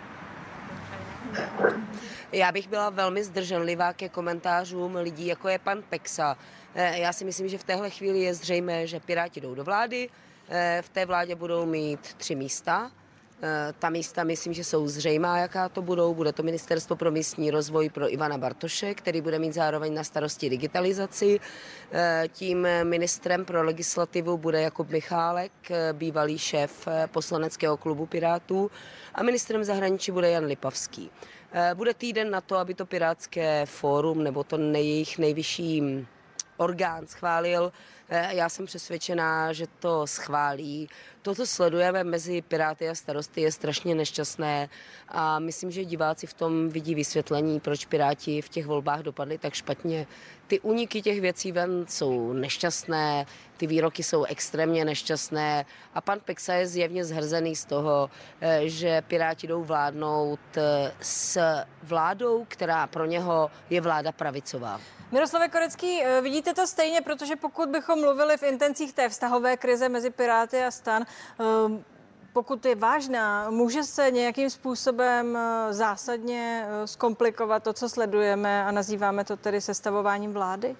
Já bych byla velmi zdrženlivá ke komentářům lidí, jako je pan Peksa. Já si myslím, že v téhle chvíli je zřejmé, že Piráti jdou do vlády. V té vládě budou mít 3 místa. Ta místa myslím, že jsou zřejmá, jaká to budou. Bude to Ministerstvo pro místní rozvoj pro Ivana Bartoše, který bude mít zároveň na starosti digitalizaci. Tím ministrem pro legislativu bude Jakub Michálek, bývalý šéf poslaneckého klubu Pirátů. A ministrem zahraničí bude Jan Lipavský. Bude týden na to, aby to Pirátské fórum nebo to jejich nejvyšší orgán schválil. Já jsem přesvědčená, že to schválí. To, co sledujeme mezi Piráty a Starosty, je strašně nešťastné a myslím, že diváci v tom vidí vysvětlení, proč Piráti v těch volbách dopadli tak špatně. Ty úniky těch věcí ven jsou nešťastné, ty výroky jsou extrémně nešťastné a pan Peksa je zjevně zhrzený z toho, že Piráti jdou vládnout s vládou, která pro něho je vláda pravicová. Miroslave Korecký, vidíte to stejně, protože pokud bychom mluvili v intencích té vztahové krize mezi Piráty a STAN, pokud je vážná, může se nějakým způsobem zásadně zkomplikovat to, co sledujeme a nazýváme to tedy sestavováním vlády?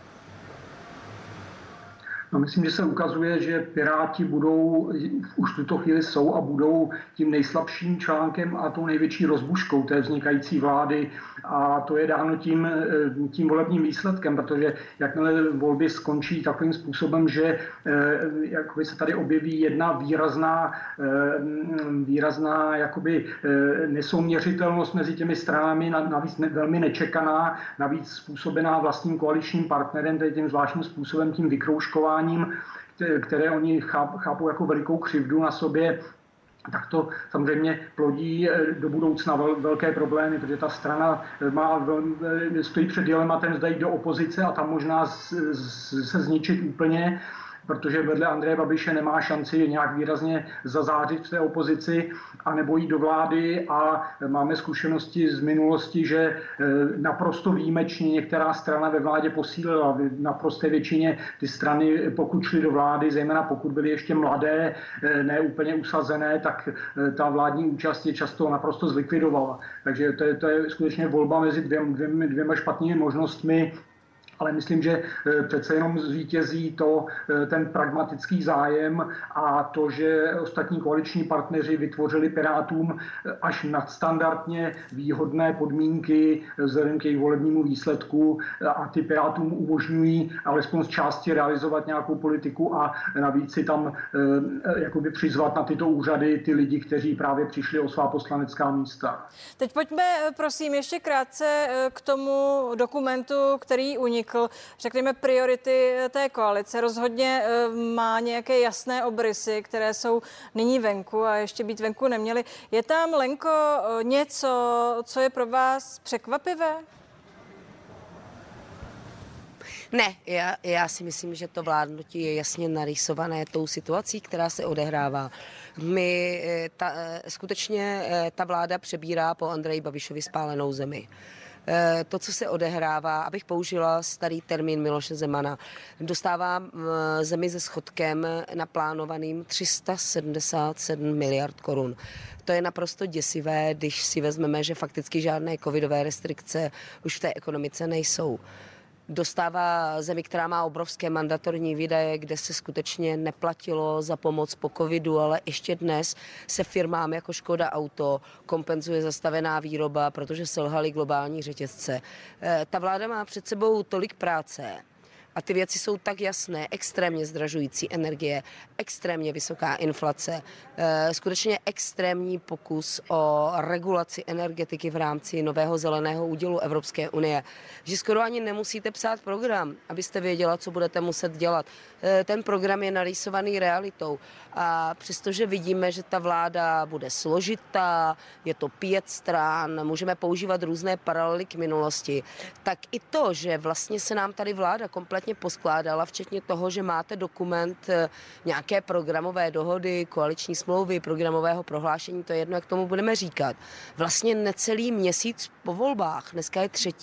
No, myslím, že se ukazuje, že Piráti budou, už v tuto chvíli jsou a budou tím nejslabším článkem a tou největší rozbuškou té vznikající vlády. A to je dáno tím volebním výsledkem, protože jakmile volby skončí takovým způsobem, že jakoby se tady objeví jedna výrazná jakoby nesouměřitelnost mezi těmi stranami, navíc velmi nečekaná, navíc způsobená vlastním koaličním partnerem, tedy tím zvláštním způsobem, tím vykroužkováním, které oni chápou jako velikou křivdu na sobě, tak to samozřejmě plodí do budoucna velké problémy, protože ta strana stojí před dilematem, zda jít do opozice a tam možná se zničit úplně, protože vedle Andreje Babiše nemá šanci nějak výrazně zazářit v té opozici, anebo jít do vlády a máme zkušenosti z minulosti, že naprosto výjimečně některá strana ve vládě posílila. V naprosté většině ty strany, pokud šly do vlády, zejména pokud byly ještě mladé, ne úplně usazené, tak ta vládní účast je často naprosto zlikvidovala. Takže to je skutečně volba mezi dvěma špatnými možnostmi. Ale myslím, že přece jenom zvítězí ten pragmatický zájem a to, že ostatní koaliční partneři vytvořili Pirátům až nadstandardně výhodné podmínky vzhledem k jejich volebnímu výsledku a ty Pirátům umožňují alespoň z části realizovat nějakou politiku a navíc si tam jakoby přizvat na tyto úřady ty lidi, kteří právě přišli o svá poslanecká místa. Teď pojďme, prosím, ještě krátce k tomu dokumentu, který unikl. Řekněme priority té koalice. Rozhodně má nějaké jasné obrysy, které jsou nyní venku a ještě být venku neměly. Je tam, Lenko, něco, co je pro vás překvapivé? Ne, já si myslím, že to vládnutí je jasně narýsované tou situací, která se odehrává. Skutečně ta vláda přebírá po Andreji Babišovi spálenou zemi. To, co se odehrává, abych použila starý termín Miloše Zemana, dostává zemi se schodkem naplánovaným 377 miliard korun. To je naprosto děsivé, když si vezmeme, že fakticky žádné covidové restrikce už v té ekonomice nejsou. Dostává zemi, která má obrovské mandatorní výdaje, kde se skutečně neplatilo za pomoc po covidu, ale ještě dnes se firmám jako Škoda Auto kompenzuje zastavená výroba, protože selhaly globální řetězce. Ta vláda má před sebou tolik práce a ty věci jsou tak jasné, extrémně zdražující energie, extrémně vysoká inflace, skutečně extrémní pokus o regulaci energetiky v rámci nového zeleného údělu Evropské unie, že skoro ani nemusíte psát program, abyste věděla, co budete muset dělat. Ten program je narýsovaný realitou a přestože vidíme, že ta vláda bude složitá, je to 5 stran, můžeme používat různé paralely k minulosti, tak i to, že vlastně se nám tady vláda kompletně poskládala, včetně toho, že máte dokument nějaké programové dohody, koaliční smlouvy, programového prohlášení, to je jedno, jak tomu budeme říkat. Vlastně necelý měsíc po volbách, dneska je 3.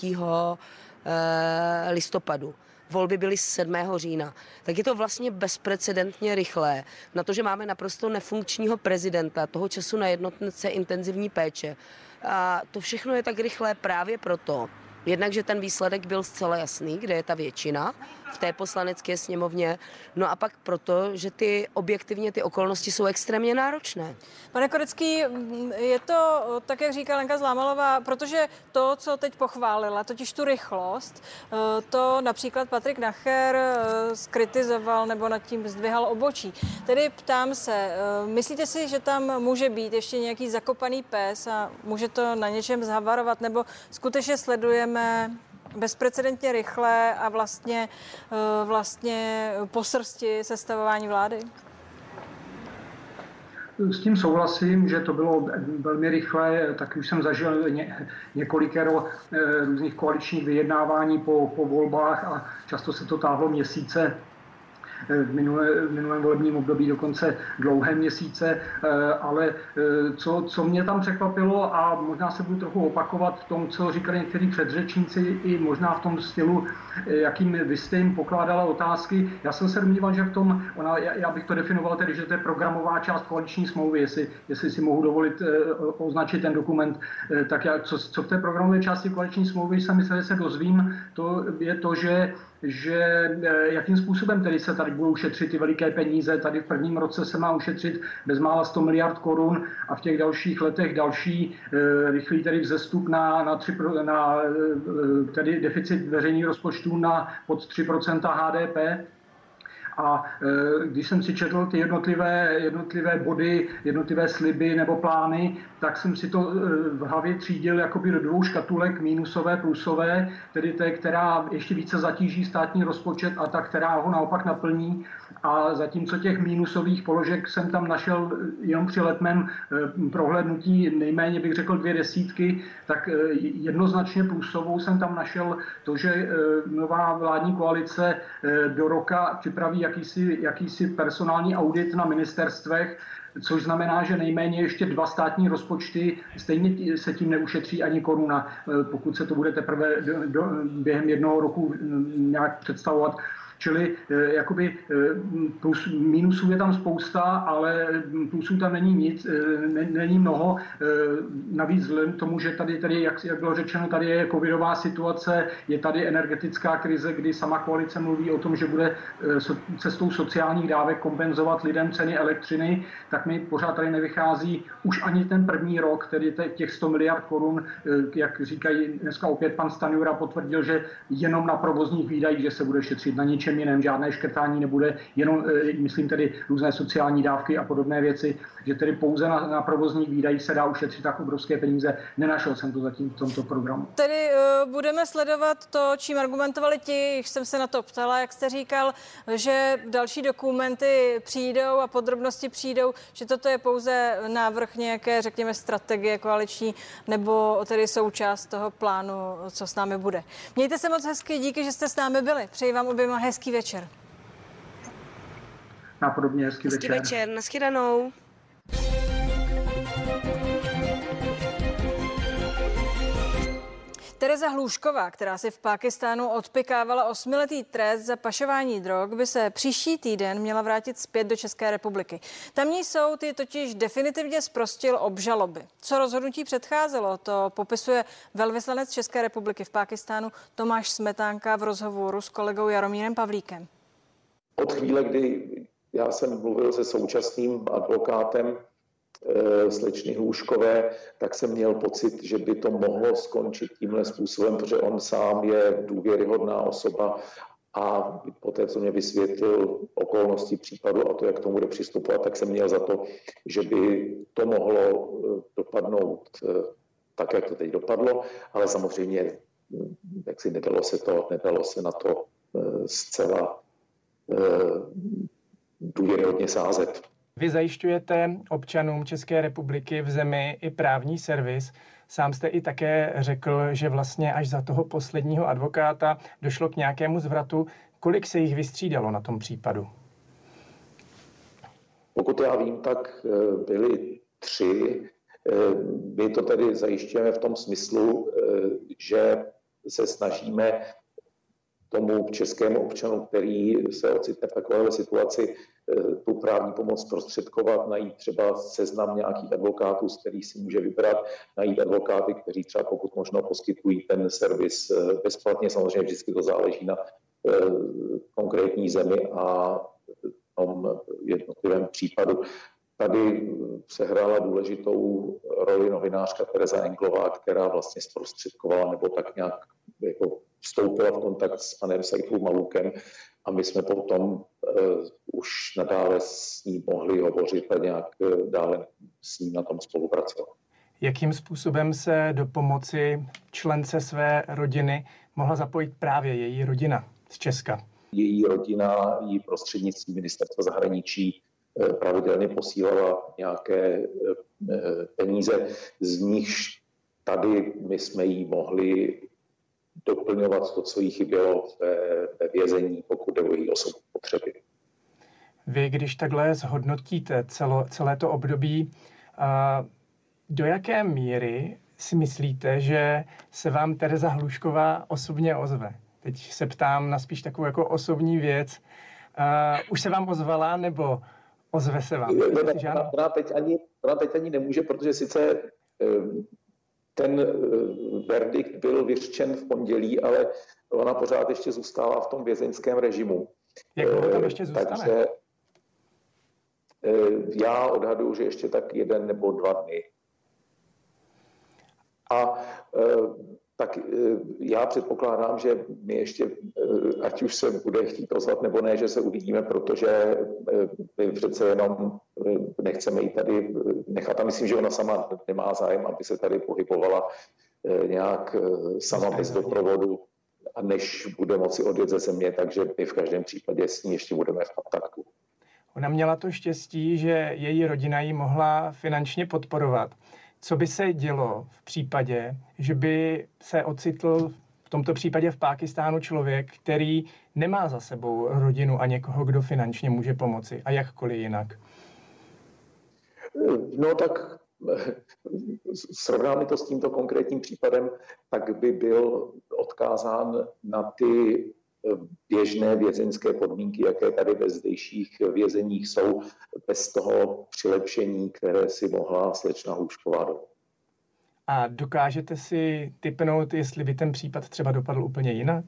listopadu. Volby byly 7. října. Tak je to vlastně bezprecedentně rychlé. Na to, že máme naprosto nefunkčního prezidenta, toho času na jednotce intenzivní péče. A to všechno je tak rychlé právě proto, jednak, že ten výsledek byl zcela jasný, kde je ta většina v té poslanecké sněmovně, no a pak proto, že objektivně ty okolnosti jsou extrémně náročné. Pane Korecký, je to tak, jak říká Lenka Zlámalová, protože to, co teď pochválila, totiž tu rychlost, to například Patrik Nacher skritizoval nebo nad tím zdvihal obočí. Tedy ptám se, myslíte si, že tam může být ještě nějaký zakopaný pes a může to na něčem zhavarovat, nebo skutečně sledujeme bezprecedentně rychle a vlastně po srsti sestavování vlády? S tím souhlasím, že to bylo velmi rychle, taky už jsem zažil několikero různých koaličních vyjednávání po volbách a často se to táhlo měsíce. V minulém volebním období dokonce dlouhé měsíce, ale co mě tam překvapilo a možná se budu trochu opakovat v tom, co říkali někteří předřečníci i možná v tom stylu, jakým vy jste jim pokládala otázky. Já jsem se domníval, že já bych to definoval tedy, že to je programová část koaliční smlouvy, jestli si mohu dovolit označit ten dokument, tak co v té programové části koaliční smlouvy se dozvím, to je to, že jakým způsobem tedy se tady budou šetřit ty veliké peníze. Tady v prvním roce se má ušetřit bezmála 100 miliard korun a v těch dalších letech další rychlý tedy vzestup na tedy deficit veřejných rozpočtů na pod 3% HDP. A když jsem si četl ty jednotlivé body, jednotlivé sliby nebo plány, tak jsem si to v hlavě třídil jakoby do 2 škatulek, minusové, plusové, tedy té, která ještě více zatíží státní rozpočet a ta, která ho naopak naplní. A zatímco těch minusových položek jsem tam našel jenom při letmém prohlédnutí nejméně bych řekl 2 desítky, tak jednoznačně plusovou jsem tam našel to, že nová vládní koalice do roka připraví jakýsi personální audit na ministerstvech, což znamená, že nejméně ještě 2 státní rozpočty, stejně se tím neušetří ani koruna, pokud se to bude teprve během 1 roku nějak představovat. Čili jakoby minusů je tam spousta, ale plusů tam není nic, není mnoho. Navíc vzhledem k tomu, že tady jak bylo řečeno, tady je covidová situace, je tady energetická krize, kdy sama koalice mluví o tom, že bude cestou sociálních dávek kompenzovat lidem ceny elektřiny, tak mi pořád tady nevychází už ani ten první rok, tedy těch 100 miliard korun, jak říkají dneska opět pan Stanjura potvrdil, že jenom na provozních výdajích, že se bude šetřit, na ničem jiném, žádné škrtání nebude, jenom, myslím tedy různé sociální dávky a podobné věci, že tedy pouze na provozních výdajích se dá ušetřit tak obrovské peníze. Nenašel jsem to zatím v tomto programu. Tedy budeme sledovat to, čím argumentovali ti, když jsem se na to ptala, jak jste říkal, že další dokumenty přijdou a podrobnosti přijdou, že toto je pouze návrh nějaké, řekněme, strategie koaliční nebo tedy součást toho plánu, co s námi bude. Mějte se moc hezky, díky, že jste s námi byli. Přeji vám oběma hezký večer. Napodobně hezký večer. Hezký večer, nashledanou. Tereza Hlušková, která si v Pákistánu odpikávala 8letý trest za pašování drog, by se příští týden měla vrátit zpět do České republiky. Tamní soud ji totiž definitivně zprostil obžaloby. Co rozhodnutí předcházelo, to popisuje velvyslanec České republiky v Pákistánu Tomáš Smetánka v rozhovoru s kolegou Jaromírem Pavlíkem. Od chvíle, kdy já jsem mluvil se současným advokátem slečny Hluškové, tak jsem měl pocit, že by to mohlo skončit tímhle způsobem, protože on sám je důvěryhodná osoba a poté, co mě vysvětlil okolnosti případu a to, jak k tomu bude přistupovat, tak jsem měl za to, že by to mohlo dopadnout tak, jak to teď dopadlo, ale samozřejmě jak si nedalo se na to zcela důvěryhodně sázet. Vy zajišťujete občanům České republiky v zemi i právní servis. Sám jste i také řekl, že vlastně až za toho posledního advokáta došlo k nějakému zvratu. Kolik se jich vystřídalo na tom případu? Pokud já vím, tak byli 3. My to tedy zajišťujeme v tom smyslu, že se snažíme tomu českému občanu, který se ocitne v takovéhle situaci, tu právní pomoc prostředkovat, najít třeba seznam nějakých advokátů, z kterých si může vybrat, najít advokáty, kteří třeba pokud možno poskytují ten servis bezplatně. Samozřejmě vždycky to záleží na konkrétní zemi a tom jednotlivém případu. Tady sehrála důležitou roli novinářka Tereza Englová, která vlastně zprostředkovala nebo tak nějak jako vstoupila v kontakt s panem Saifou Malukem a my jsme potom už nadále s ním mohli hovořit a nějak dále s ním na tom spolupracovat. Jakým způsobem se do pomoci člence své rodiny mohla zapojit právě její rodina z Česka? Její rodina jí prostřednictvím ministerstva zahraničí pravidelně posílala nějaké peníze, z nichž tady my jsme jí mohli doplňovat to, co jí chybělo ve vězení, pokud jde o její osobní potřeby. Vy, když takhle zhodnotíte celé to období, do jaké míry si myslíte, že se vám Tereza Hlušková osobně ozve? Teď se ptám na spíš takovou jako osobní věc. Už se vám ozvala, nebo ozve se vám? Ona teď ani nemůže, protože sice ten verdikt byl vyřčen v pondělí, ale ona pořád ještě zůstává v tom vězeňském režimu. Jak dlouho tam ještě zůstane? Takže já odhaduju, že ještě tak 1 nebo 2 dny. A tak já předpokládám, že my ještě, ať už se bude chtít ozvat nebo ne, že se uvidíme, protože my přece jenom nechceme ji tady nechat. A myslím, že ona sama nemá zájem, aby se tady pohybovala nějak sama bez doprovodu, a než bude moci odjet ze země, takže my v každém případě s ní ještě budeme v kontaktu. Ona měla to štěstí, že její rodina ji mohla finančně podporovat. Co by se dělo v případě, že by se ocitl v tomto případě v Pákistánu člověk, který nemá za sebou rodinu a někoho, kdo finančně může pomoci a jakkoliv jinak? No tak srovnáme to s tímto konkrétním případem, tak by byl odkázán na ty běžné vězeňské podmínky, jaké tady ve zdejších vězeních jsou, bez toho přilepšení, které si mohla slečna Hlušková dovolit. A dokážete si tipnout, jestli by ten případ třeba dopadl úplně jinak?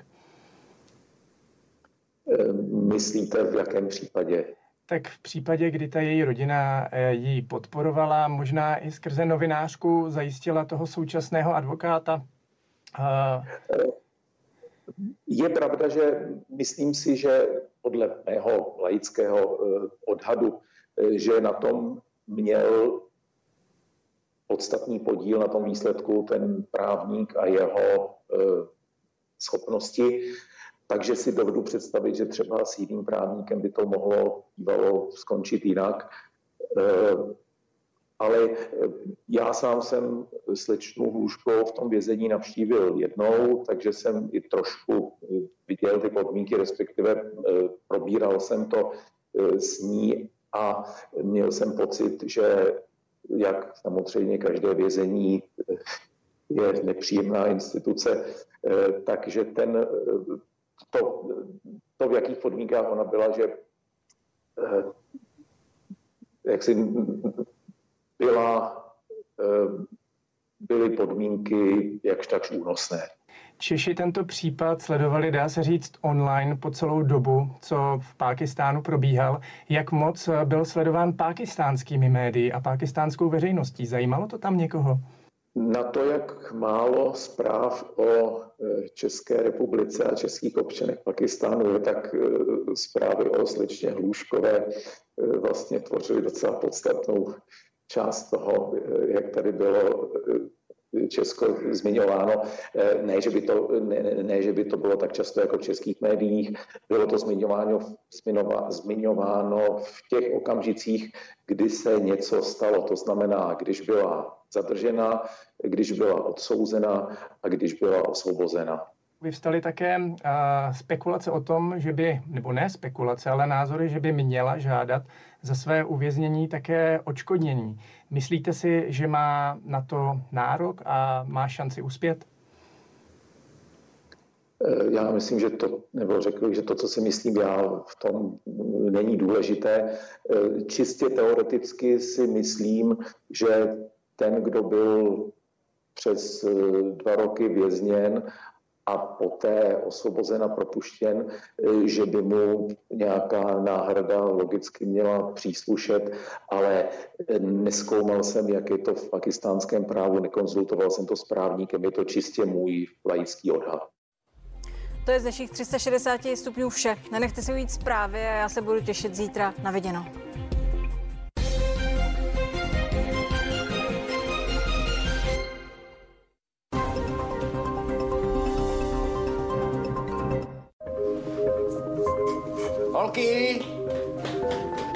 Myslíte v jakém případě? Tak v případě, kdy ta její rodina ji podporovala, možná i skrze novinářku zajistila toho současného advokáta. Je pravda, že myslím si, že podle mého laického odhadu, že na tom měl podstatný podíl na tom výsledku ten právník a jeho schopnosti. Takže si dovedu představit, že třeba s jiným právníkem by to mohlo skončit jinak. Ale já sám jsem slečnu Hluškovou v tom vězení navštívil jednou, takže jsem i trošku viděl ty podmínky, respektive probíral jsem to s ní a měl jsem pocit, že jak samozřejmě každé vězení je nepříjemná instituce, takže to, v jakých podmínkách ona byla, že byly podmínky jakž takž únosné. Češi tento případ sledovali, dá se říct, online po celou dobu, co v Pákistánu probíhal. Jak moc byl sledován pákistánskými médii a pákistánskou veřejností? Zajímalo to tam někoho? Na to, jak málo zpráv o České republice a českých občanech Pakistánu je, tak zprávy o slečně Hluškové vlastně tvořily docela podstatnou část toho, jak tady bylo Česko zmiňováno. Ne, že by to bylo tak často jako v českých médiích. Bylo to zmiňováno v těch okamžicích, kdy se něco stalo. To znamená, když byla zadržena, když byla odsouzena a když byla osvobozena. Vyvstaly také spekulace o tom, že by, nebo ne spekulace, ale názory, že by měla žádat za své uvěznění také odškodnění. Myslíte si, že má na to nárok a má šanci uspět? Já myslím, že to, co si myslím já, v tom není důležité. Čistě teoreticky si myslím, že ten, kdo byl přes 2 roky vězněn a poté osvobozen a propuštěn, že by mu nějaká náhrada logicky měla příslušet, ale nezkoumal jsem, jak je to v pakistánském právu, nekonzultoval jsem to s právníkem, je to čistě můj laický odhad. To je z dnešních 360 stupňů vše. Nenechte si ujít zprávy a já se budu těšit zítra. Na viděnou. Holky,